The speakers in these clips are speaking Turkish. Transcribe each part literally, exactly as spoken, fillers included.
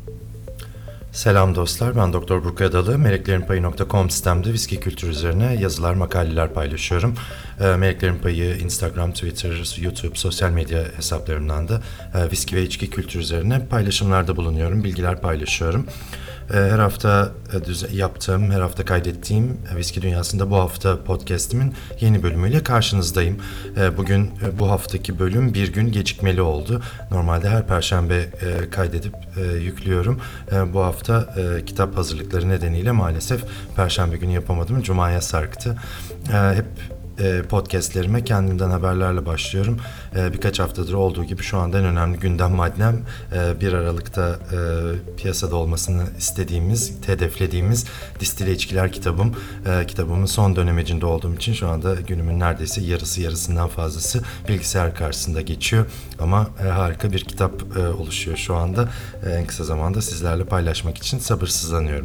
Selam dostlar, ben Doktor Burku Adalı. meleklerin payı nokta com sistemde viski kültürü üzerine yazılar, makaleler paylaşıyorum. E, Meleklerin Payı Instagram, Twitter, YouTube, sosyal medya hesaplarımdan da e, viski ve içki kültürü üzerine paylaşımlarda bulunuyorum, bilgiler paylaşıyorum. Her hafta yaptığım, her hafta kaydettiğim Viski Dünyası'nda bu hafta podcastimin yeni bölümüyle karşınızdayım. Bugün bu haftaki bölüm bir gün gecikmeli oldu. Normalde her perşembe kaydedip yüklüyorum. Bu hafta kitap hazırlıkları nedeniyle maalesef perşembe günü yapamadım. Cuma'ya sarktı. Hep podcastlerime kendimden haberlerle başlıyorum. Birkaç haftadır olduğu gibi şu anda en önemli gündem maddem bir Aralık'ta piyasada olmasını istediğimiz, hedeflediğimiz Distile İçkiler kitabım. Kitabımın son dönemecinde olduğum için şu anda günümün neredeyse yarısı yarısından fazlası bilgisayar karşısında geçiyor. Ama harika bir kitap oluşuyor şu anda. En kısa zamanda sizlerle paylaşmak için sabırsızlanıyorum.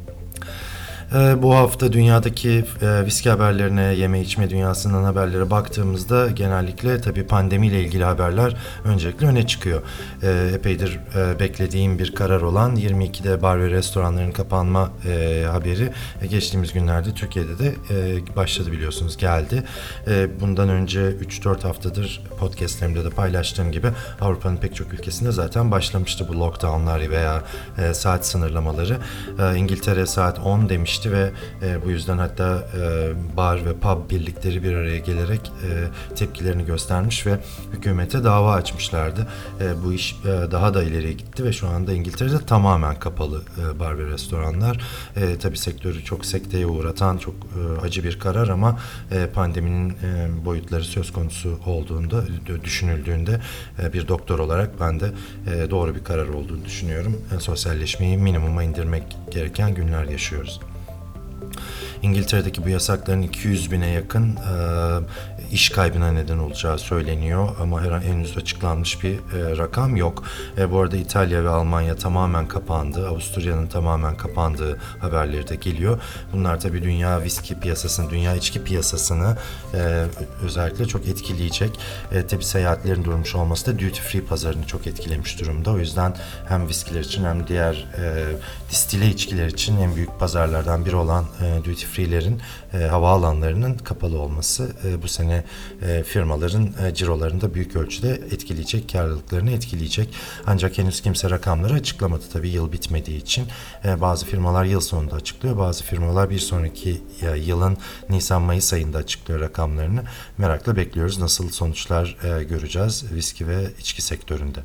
Bu hafta dünyadaki e, viski haberlerine, yeme içme dünyasından haberlere baktığımızda genellikle tabii pandemiyle ilgili haberler öncelikle öne çıkıyor. E, epeydir e, beklediğim bir karar olan yirmi ikide bar ve restoranların kapanma e, haberi e, geçtiğimiz günlerde Türkiye'de de e, başladı, biliyorsunuz, geldi. E, bundan önce üç dört haftadır podcastlerimde de paylaştığım gibi Avrupa'nın pek çok ülkesinde zaten başlamıştı bu lockdownlar veya e, saat sınırlamaları. E, İngiltere saat on demişti ve e, bu yüzden hatta e, bar ve pub birlikleri bir araya gelerek e, tepkilerini göstermiş ve hükümete dava açmışlardı. E, bu iş e, daha da ileriye gitti ve şu anda İngiltere'de tamamen kapalı e, bar ve restoranlar. E, tabii sektörü çok sekteye uğratan çok e, acı bir karar ama e, pandeminin e, boyutları söz konusu olduğunda, düşünüldüğünde e, bir doktor olarak ben de e, doğru bir karar olduğunu düşünüyorum. E, sosyalleşmeyi minimuma indirmek gereken günler yaşıyoruz. İngiltere'deki bu yasakların iki yüz bine yakın e, iş kaybına neden olacağı söyleniyor ama her henüz açıklanmış bir e, rakam yok. E, bu arada İtalya ve Almanya tamamen kapandı. Avusturya'nın tamamen kapandığı haberleri de geliyor. Bunlar tabii dünya viski piyasasını, dünya içki piyasasını e, özellikle çok etkileyecek. E, tabii seyahatlerin durmuş olması da duty free pazarını çok etkilemiş durumda. O yüzden hem viskiler için hem diğer e, distile içkiler için en büyük pazarlardan biri olan e, duty free'lerin e, havaalanlarının kapalı olması e, bu sene e, firmaların e, cirolarını da büyük ölçüde etkileyecek, karlılıklarını etkileyecek. Ancak henüz kimse rakamları açıklamadı tabii yıl bitmediği için. E, bazı firmalar yıl sonunda açıklıyor, bazı firmalar bir sonraki e, yılın Nisan-Mayıs ayında açıklıyor rakamlarını. Merakla bekliyoruz, nasıl sonuçlar e, göreceğiz viski ve içki sektöründe.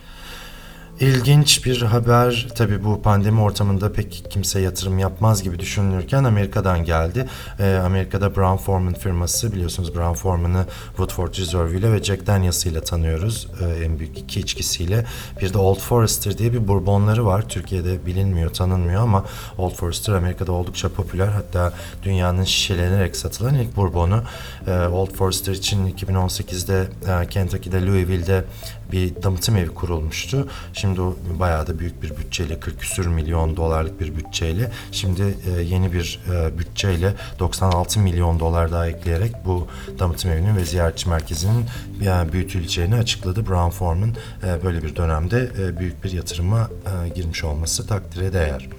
İlginç bir haber, tabii bu pandemi ortamında pek kimse yatırım yapmaz gibi düşünülürken Amerika'dan geldi. Ee, Amerika'da Brown-Forman firması, biliyorsunuz Brown-Forman'ı Woodford Reserve ile ve Jack Daniels ile tanıyoruz. Ee, en büyük iki içkisiyle. Bir de Old Forester diye bir bourbonları var. Türkiye'de bilinmiyor, tanınmıyor ama Old Forester Amerika'da oldukça popüler. Hatta dünyanın şişelenerek satılan ilk bourbonu. Ee, Old Forester için iki bin on sekizde e, Kentucky'de Louisville'de bir damıtım evi kurulmuştu. Şimdi o bayağı da büyük bir bütçeyle, kırk küsür milyon dolarlık bir bütçeyle, şimdi e, yeni bir e, bütçeyle doksan altı milyon dolar daha ekleyerek bu damıtım evinin ve ziyaretçi merkezinin yani büyütüleceğini açıkladı. Brown-Forman e, böyle bir dönemde e, büyük bir yatırıma e, girmiş olması takdire değer.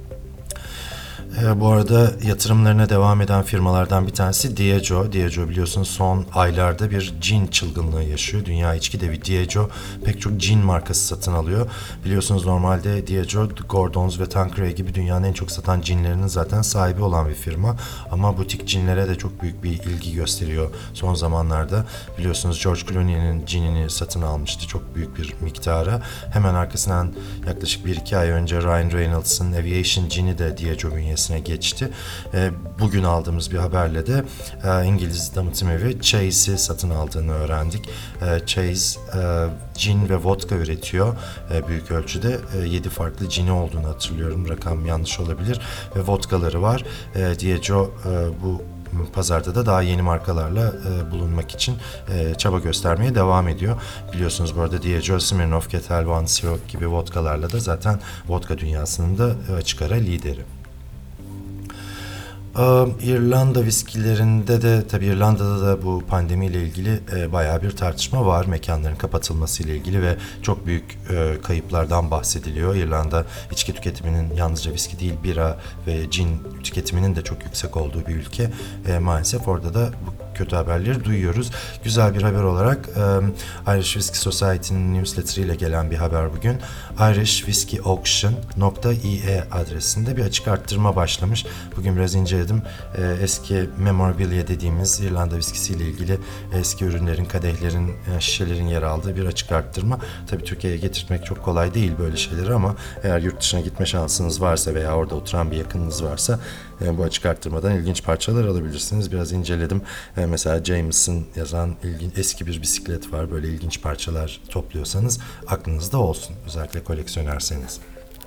E, bu arada yatırımlarına devam eden firmalardan bir tanesi Diageo. Diageo biliyorsunuz son aylarda bir gin çılgınlığı yaşıyor. Dünya içki devi Diageo pek çok gin markası satın alıyor. Biliyorsunuz normalde Diageo, Gordon's ve Tanqueray gibi dünyanın en çok satan ginlerinin zaten sahibi olan bir firma. Ama butik ginlere de çok büyük bir ilgi gösteriyor son zamanlarda. Biliyorsunuz George Clooney'nin ginini satın almıştı çok büyük bir miktara. Hemen arkasından yaklaşık bir iki ay önce Ryan Reynolds'ın Aviation gini de Diageo bünyesinde geçti. Bugün aldığımız bir haberle de İngiliz damıtım evi Chase'i satın aldığını öğrendik. Chase gin ve vodka üretiyor büyük ölçüde. yedi farklı gini olduğunu hatırlıyorum. Rakam yanlış olabilir. Ve vodkaları var. Diageo bu pazarda da daha yeni markalarla e, bulunmak için e, çaba göstermeye devam ediyor. Biliyorsunuz bu arada Diageo, Smirnoff, Ketel One, Ciroc gibi vodkalarla da zaten vodka dünyasının da açık ara lideri. Ee, İrlanda viskilerinde de tabii İrlanda'da da bu pandemiyle ilgili e, bayağı bir tartışma var. Mekanların kapatılması ile ilgili ve çok büyük e, kayıplardan bahsediliyor. İrlanda içki tüketiminin yalnızca viski değil bira ve cin tüketiminin de çok yüksek olduğu bir ülke. E, maalesef orada da bu kötü haberleri duyuyoruz. Güzel bir haber olarak e, Irish Whiskey Society'nin newsletter ile gelen bir haber bugün. irish whiskey auction nokta i e adresinde bir açık arttırma başlamış. Bugün biraz inceledim. E, eski memorabilia dediğimiz İrlanda viskisiyle ilgili eski ürünlerin, kadehlerin, e, şişelerin yer aldığı bir açık arttırma. Tabii Türkiye'ye getirtmek çok kolay değil böyle şeyleri ama eğer yurt dışına gitme şansınız varsa veya orada oturan bir yakınınız varsa e, bu açık arttırmadan ilginç parçalar alabilirsiniz. Biraz inceledim. E, mesela Jameson yazan ilginç, eski bir bisiklet var. Böyle ilginç parçalar topluyorsanız aklınızda olsun. Özellikle koleksiyonerseniz.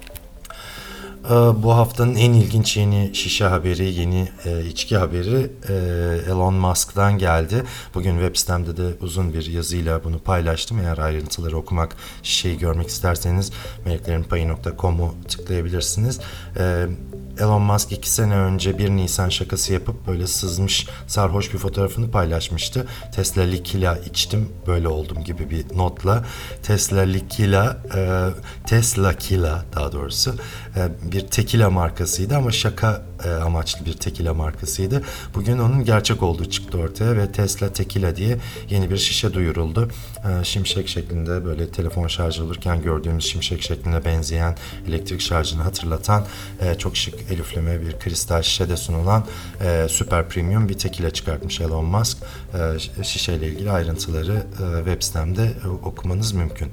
Bu haftanın en ilginç yeni şişe haberi, yeni e, içki haberi e, Elon Musk'dan geldi. Bugün web sitemde de uzun bir yazıyla bunu paylaştım. Eğer ayrıntıları okumak, şişeyi görmek isterseniz meleklerin payı nokta com'u tıklayabilirsiniz. E, Elon Musk iki sene önce bir Nisan şakası yapıp böyle sızmış, sarhoş bir fotoğrafını paylaşmıştı. Tesla Likila içtim, böyle oldum gibi bir notla. Tesla Likila, e, Tesla Kila daha doğrusu e, bir tekila markasıydı ama şaka e, amaçlı bir tekila markasıydı. Bugün onun gerçek olduğu çıktı ortaya ve Tesla Tekila diye yeni bir şişe duyuruldu. E, şimşek şeklinde, böyle telefon şarjı olurken gördüğümüz şimşek şekline benzeyen, elektrik şarjını hatırlatan e, çok şık el üfleme bir kristal şişede sunulan e, süper premium bir tekila çıkartmış Elon Musk. E, şişeyle ilgili ayrıntıları e, web sitemde e, okumanız mümkün.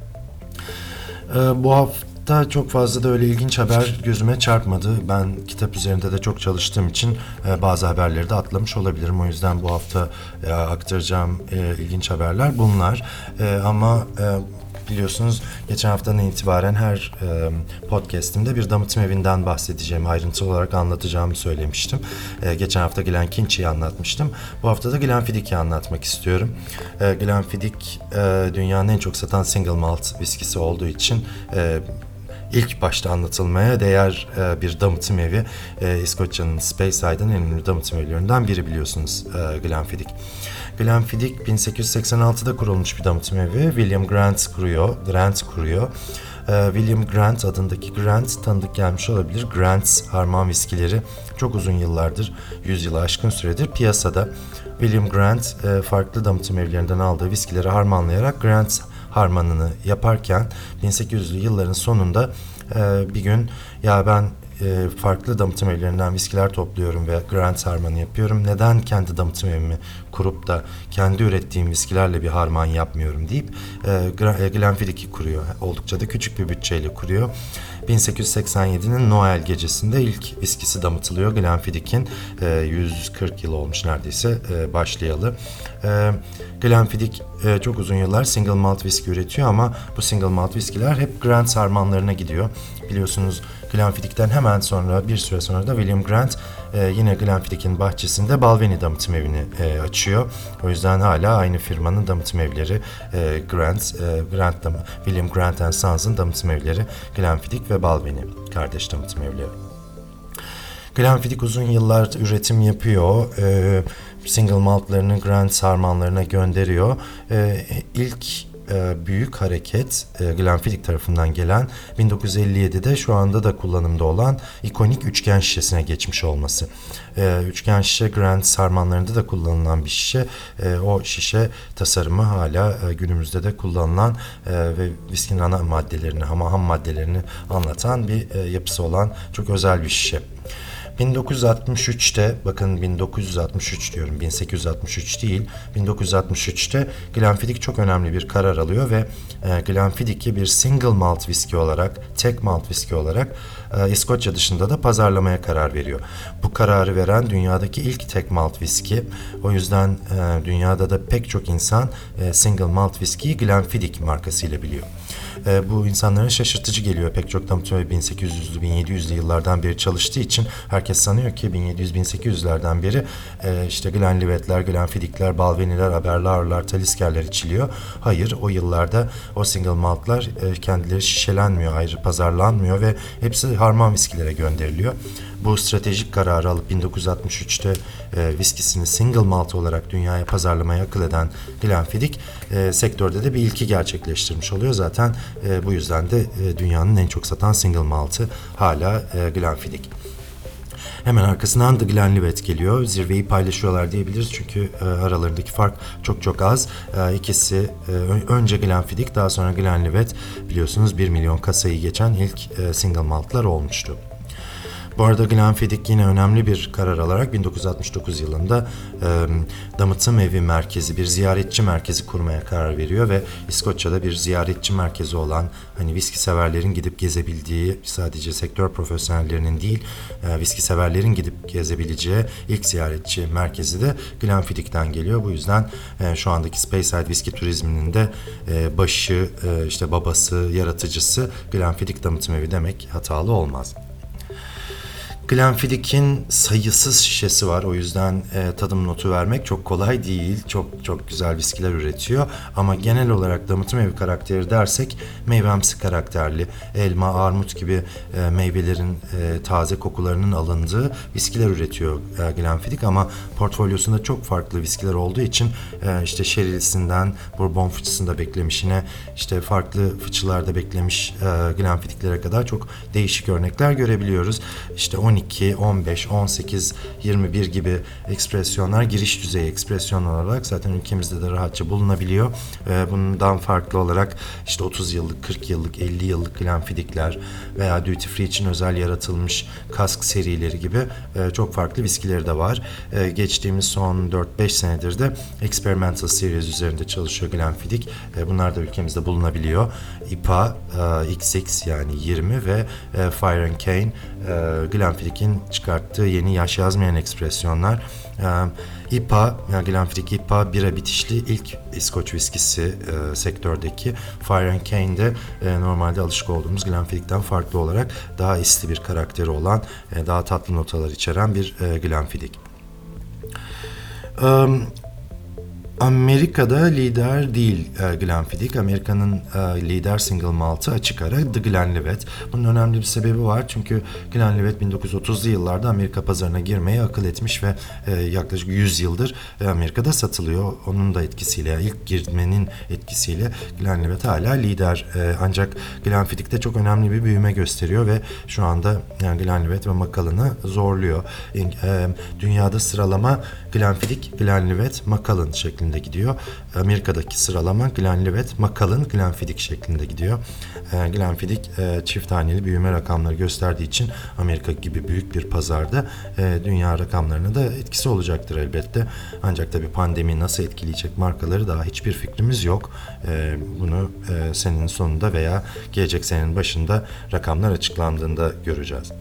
E, bu hafta çok fazla da öyle ilginç haber gözüme çarpmadı. Ben kitap üzerinde de çok çalıştığım için e, bazı haberleri de atlamış olabilirim. O yüzden bu hafta e, aktaracağım e, ilginç haberler bunlar. E, ama e, biliyorsunuz geçen haftadan itibaren her e, podcastimde bir damıtım evinden bahsedeceğim, ayrıntılı olarak anlatacağımı söylemiştim. E, geçen hafta Glenfindigh'i anlatmıştım. Bu hafta da Glenfiddich'i anlatmak istiyorum. E, Glenfiddich e, dünyanın en çok satan single malt viskisi olduğu için e, İlk başta anlatılmaya değer e, bir damıtım evi. E, İskoçya'nın Speyside'ın en ünlü damıtım evlerinden biri biliyorsunuz e, Glenfiddich. Glenfiddich bin sekiz yüz seksen altıda kurulmuş bir damıtım evi. William Grant kuruyor. Grant kuruyor. E, William Grant adındaki Grant tanıdık gelmiş olabilir. Grant's harman viskileri çok uzun yıllardır, yüz yılı aşkın süredir piyasada. William Grant e, farklı damıtım evlerinden aldığı viskileri harmanlayarak Grant harmanını yaparken bin sekiz yüzlü yılların sonunda e, bir gün ya ben e, farklı damıtım evlerinden viskiler topluyorum ve Grant harmanı yapıyorum. Neden kendi damıtım evimi kurup da kendi ürettiğim viskilerle bir harman yapmıyorum deyip e, Glenfiddich'i kuruyor. Oldukça da küçük bir bütçeyle kuruyor. bin sekiz yüz seksen yedinin Noel gecesinde ilk viskisi damıtılıyor. Glenfiddich'in e, yüz kırk yıl olmuş neredeyse e, başlayalı. E, Glenfiddich e, çok uzun yıllar single malt viski üretiyor ama bu single malt viskiler hep Grant harmanlarına gidiyor. Biliyorsunuz Glenfiddich'ten hemen sonra, bir süre sonra da William Grant e, yine Glenfiddich'in bahçesinde Balvenie damıtım evini e, açıyor. O yüzden hala aynı firmanın damıtım evleri e, Grant, e, Grant dam- William Grant and Sons'ın damıtım evleri Glenfiddich ve Balvenie kardeş damıtım evleri. Glenfiddich uzun yıllar üretim yapıyor. E, single maltlarını Grant harmanlarına gönderiyor. E, ilk e, büyük hareket e, Glenfiddich tarafından gelen bin dokuz yüz elli yedide şu anda da kullanımda olan ikonik üçgen şişesine geçmiş olması. E, üçgen şişe Grant harmanlarında da kullanılan bir şişe. E, o şişe tasarımı hala e, günümüzde de kullanılan e, ve viskinin ana maddelerini, ama ham maddelerini anlatan bir e, yapısı olan çok özel bir şişe. bin dokuz yüz altmış üçte, bakın bin dokuz yüz altmış üç diyorum, bin sekiz yüz altmış üç değil, bin dokuz yüz altmış üçte Glenfiddich çok önemli bir karar alıyor ve e, Glenfiddich'i bir single malt viski olarak, tek malt viski olarak e, İskoçya dışında da pazarlamaya karar veriyor. Bu kararı veren dünyadaki ilk tek malt viski. O yüzden e, dünyada da pek çok insan e, single malt viskiyi Glenfiddich markasıyla biliyor. E, bu insanlara şaşırtıcı geliyor. Pek çok damıtım bin sekiz yüzlü, bin yedi yüzlü yıllardan beri çalıştığı için herkes sanıyor ki bin yedi yüz bin sekiz yüzlerden beri e, işte Glenlivet'ler, Glenfiddich'ler, Balvenie'ler, Aberlour'lar, Talisker'ler içiliyor. Hayır, o yıllarda o single maltlar e, kendileri şişelenmiyor, ayrı pazarlanmıyor ve hepsi harman viskilere gönderiliyor. bu stratejik kararı alıp bin dokuz yüz altmış üçte e, viskisini single malt olarak dünyaya pazarlamaya akıl eden Glenfiddich e, sektörde de bir ilki gerçekleştirmiş oluyor. Zaten e, bu yüzden de e, dünyanın en çok satan single maltı hala e, Glenfiddich. Hemen arkasından The Glenlivet geliyor. Zirveyi paylaşıyorlar diyebiliriz çünkü e, aralarındaki fark çok çok az. E, ikisi e, önce Glenfiddich, daha sonra Glenlivet, biliyorsunuz bir milyon kasayı geçen ilk e, single maltlar olmuştu. Bu arada Glenfiddich yine önemli bir karar alarak bin dokuz yüz altmış dokuz yılında e, damıtım evi merkezi, bir ziyaretçi merkezi kurmaya karar veriyor ve İskoçya'da bir ziyaretçi merkezi olan, hani viski severlerin gidip gezebildiği, sadece sektör profesyonellerinin değil, e, viski severlerin gidip gezebileceği ilk ziyaretçi merkezi de Glenfiddich'ten geliyor. Bu yüzden e, şu andaki Speyside viski turizminin de e, başı, e, işte babası, yaratıcısı Glenfiddich damıtım evi demek hatalı olmaz. Glenfiddich'in sayısız şişesi var. O yüzden e, tadım notu vermek çok kolay değil. Çok çok güzel viskiler üretiyor. Ama genel olarak damıtım evi karakteri dersek meyvemsi karakterli, elma, armut gibi e, meyvelerin e, taze kokularının alındığı viskiler üretiyor e, Glenfiddich. Ama portfolyosunda çok farklı viskiler olduğu için e, işte şerisinden bourbon fıçısında beklemişine, işte farklı fıçılarda beklemiş e, Glenfiddich'lere kadar çok değişik örnekler görebiliyoruz. İşte on iki, on beş, on sekiz, yirmi bir gibi ekspresyonlar giriş düzeyi ekspresyon olarak zaten ülkemizde de rahatça bulunabiliyor. Ee, bundan farklı olarak işte otuz yıllık, kırk yıllık, elli yıllık Glenfiddich'ler veya duty free için özel yaratılmış kask serileri gibi e, çok farklı viskileri de var. E, geçtiğimiz son dört beş senedir de Experimental Series üzerinde çalışıyor Glenfiddich. E, bunlar da ülkemizde bulunabiliyor. I P A, e, X X yani yirmi ve e, Fire and Cane, e, Glenfiddich'in çıkarttığı yeni yaş yazmayan ekspresyonlar. E, I P A, yani Glenfiddich I P A bira bitişli ilk İskoç viskisi e, sektördeki. Fire and Cane de e, normalde alışık olduğumuz Glenfiddich'ten farklı olarak daha isli bir karakteri olan, e, daha tatlı notalar içeren bir e, Glenfiddich. E, Amerika'da lider değil e, Glenfiddich. Amerika'nın e, lider single maltı açık ara The Glenlivet. Bunun önemli bir sebebi var. Çünkü Glenlivet bin dokuz yüz otuzlu yıllarda Amerika pazarına girmeye akıl etmiş ve e, yaklaşık yüz yıldır e, Amerika'da satılıyor. Onun da etkisiyle, ilk girmenin etkisiyle Glenlivet hala lider. E, ancak Glenfiddich de çok önemli bir büyüme gösteriyor ve şu anda yani Glenlivet ve Macallan'ı zorluyor. E, dünyada sıralama Glenfiddich, Glenlivet, Macallan şeklinde gidiyor. Amerika'daki sıralama Glenlivet, Macallan, Glenfiddich şeklinde gidiyor. E, Glenfiddich e, çift haneli büyüme rakamları gösterdiği için Amerika gibi büyük bir pazarda e, dünya rakamlarına da etkisi olacaktır elbette. Ancak tabii pandemi nasıl etkileyecek markaları daha hiçbir fikrimiz yok. E, bunu e, senenin sonunda veya gelecek senenin başında rakamlar açıklandığında göreceğiz.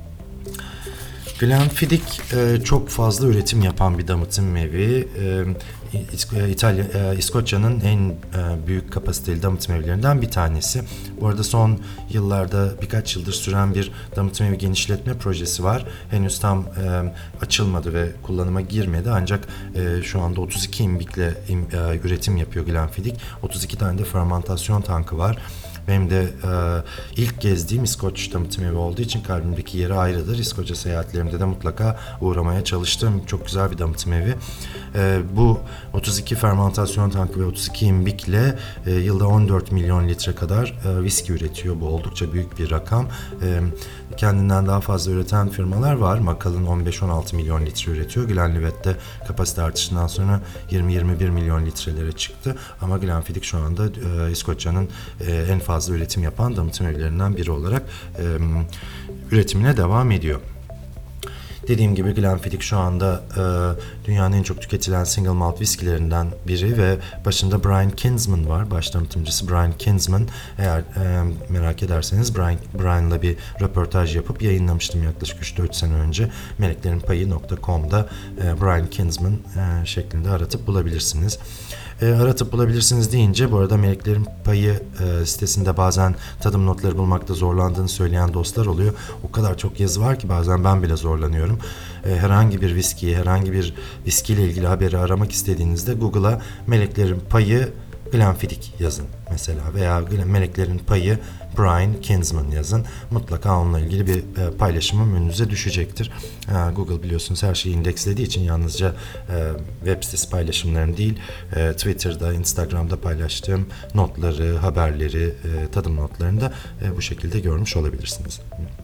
Glenfiddich e, çok fazla üretim yapan bir damıtım evi. E, İtalya, e, İskoçya'nın en e, büyük kapasiteli damıtım evlerinden bir tanesi. Bu arada son yıllarda birkaç yıldır süren bir damıtım evi genişletme projesi var. Henüz tam e, açılmadı ve kullanıma girmedi. Ancak e, şu anda otuz iki imbikle im, e, üretim yapıyor Glenfiddich. otuz iki tane de fermantasyon tankı var. Benim de e, ilk gezdiğim İskoç damıtım evi olduğu için kalbimdeki yeri ayrıdır. İskoçya seyahatlerimde de mutlaka uğramaya çalıştığım çok güzel bir damıtım evi. E, bu otuz iki fermantasyon tankı ve otuz iki imbikle e, yılda on dört milyon litre kadar e, viski üretiyor. Bu oldukça büyük bir rakam. E, kendinden daha fazla üreten firmalar var. Macallan on beş on altı milyon litre üretiyor. Glenlivet'te kapasite artışından sonra yirmi yirmi bir milyon litrelere çıktı. Ama Glenfiddich şu anda e, İskoçya'nın e, en fazla fazla üretim yapan damıtım evlerinden biri olarak e, üretimine devam ediyor. Dediğim gibi Glenfiddich şu anda e, dünyanın en çok tüketilen single malt viskilerinden biri ve başında Brian Kinsman var. Baş tanıtımcısı Brian Kinsman. Eğer e, merak ederseniz Brian, Brian'la bir röportaj yapıp yayınlamıştım yaklaşık üç dört sene önce. meleklerin payı nokta com'da e, Brian Kinsman e, şeklinde aratıp bulabilirsiniz. E, aratıp bulabilirsiniz deyince, bu arada Meleklerin Payı e, sitesinde bazen tadım notları bulmakta zorlandığını söyleyen dostlar oluyor. O kadar çok yazı var ki bazen ben bile zorlanıyorum. E, herhangi bir viskiyi, herhangi bir viskiyle ilgili haberi aramak istediğinizde Google'a Meleklerin Payı Glenfiddich yazın mesela veya Meleklerin Payı Brian Kinsman yazın. Mutlaka onunla ilgili bir e, paylaşımım önünüze düşecektir. E, Google biliyorsunuz her şeyi indekslediği için yalnızca e, web sitesi paylaşımlarım değil, e, Twitter'da, Instagram'da paylaştığım notları, haberleri, e, tadım notlarını da e, bu şekilde görmüş olabilirsiniz.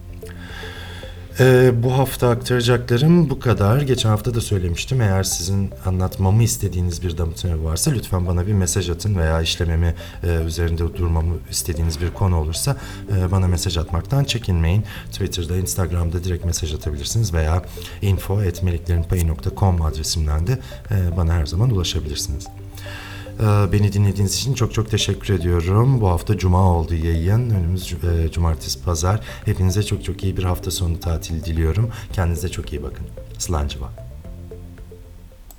Ee, bu hafta aktaracaklarım bu kadar. Geçen hafta da söylemiştim. Eğer sizin anlatmamı istediğiniz bir damıtma varsa lütfen bana bir mesaj atın veya işlememi e, üzerinde durmamı istediğiniz bir konu olursa e, bana mesaj atmaktan çekinmeyin. Twitter'da, Instagram'da direkt mesaj atabilirsiniz veya info at meleklerinpayi nokta com adresimden de e, bana her zaman ulaşabilirsiniz. Beni dinlediğiniz için çok çok teşekkür ediyorum. Bu hafta Cuma oldu yayın. Önümüz e, Cumartesi, Pazar. Hepinize çok çok iyi bir hafta sonu tatil diliyorum. Kendinize çok iyi bakın. Slancıva.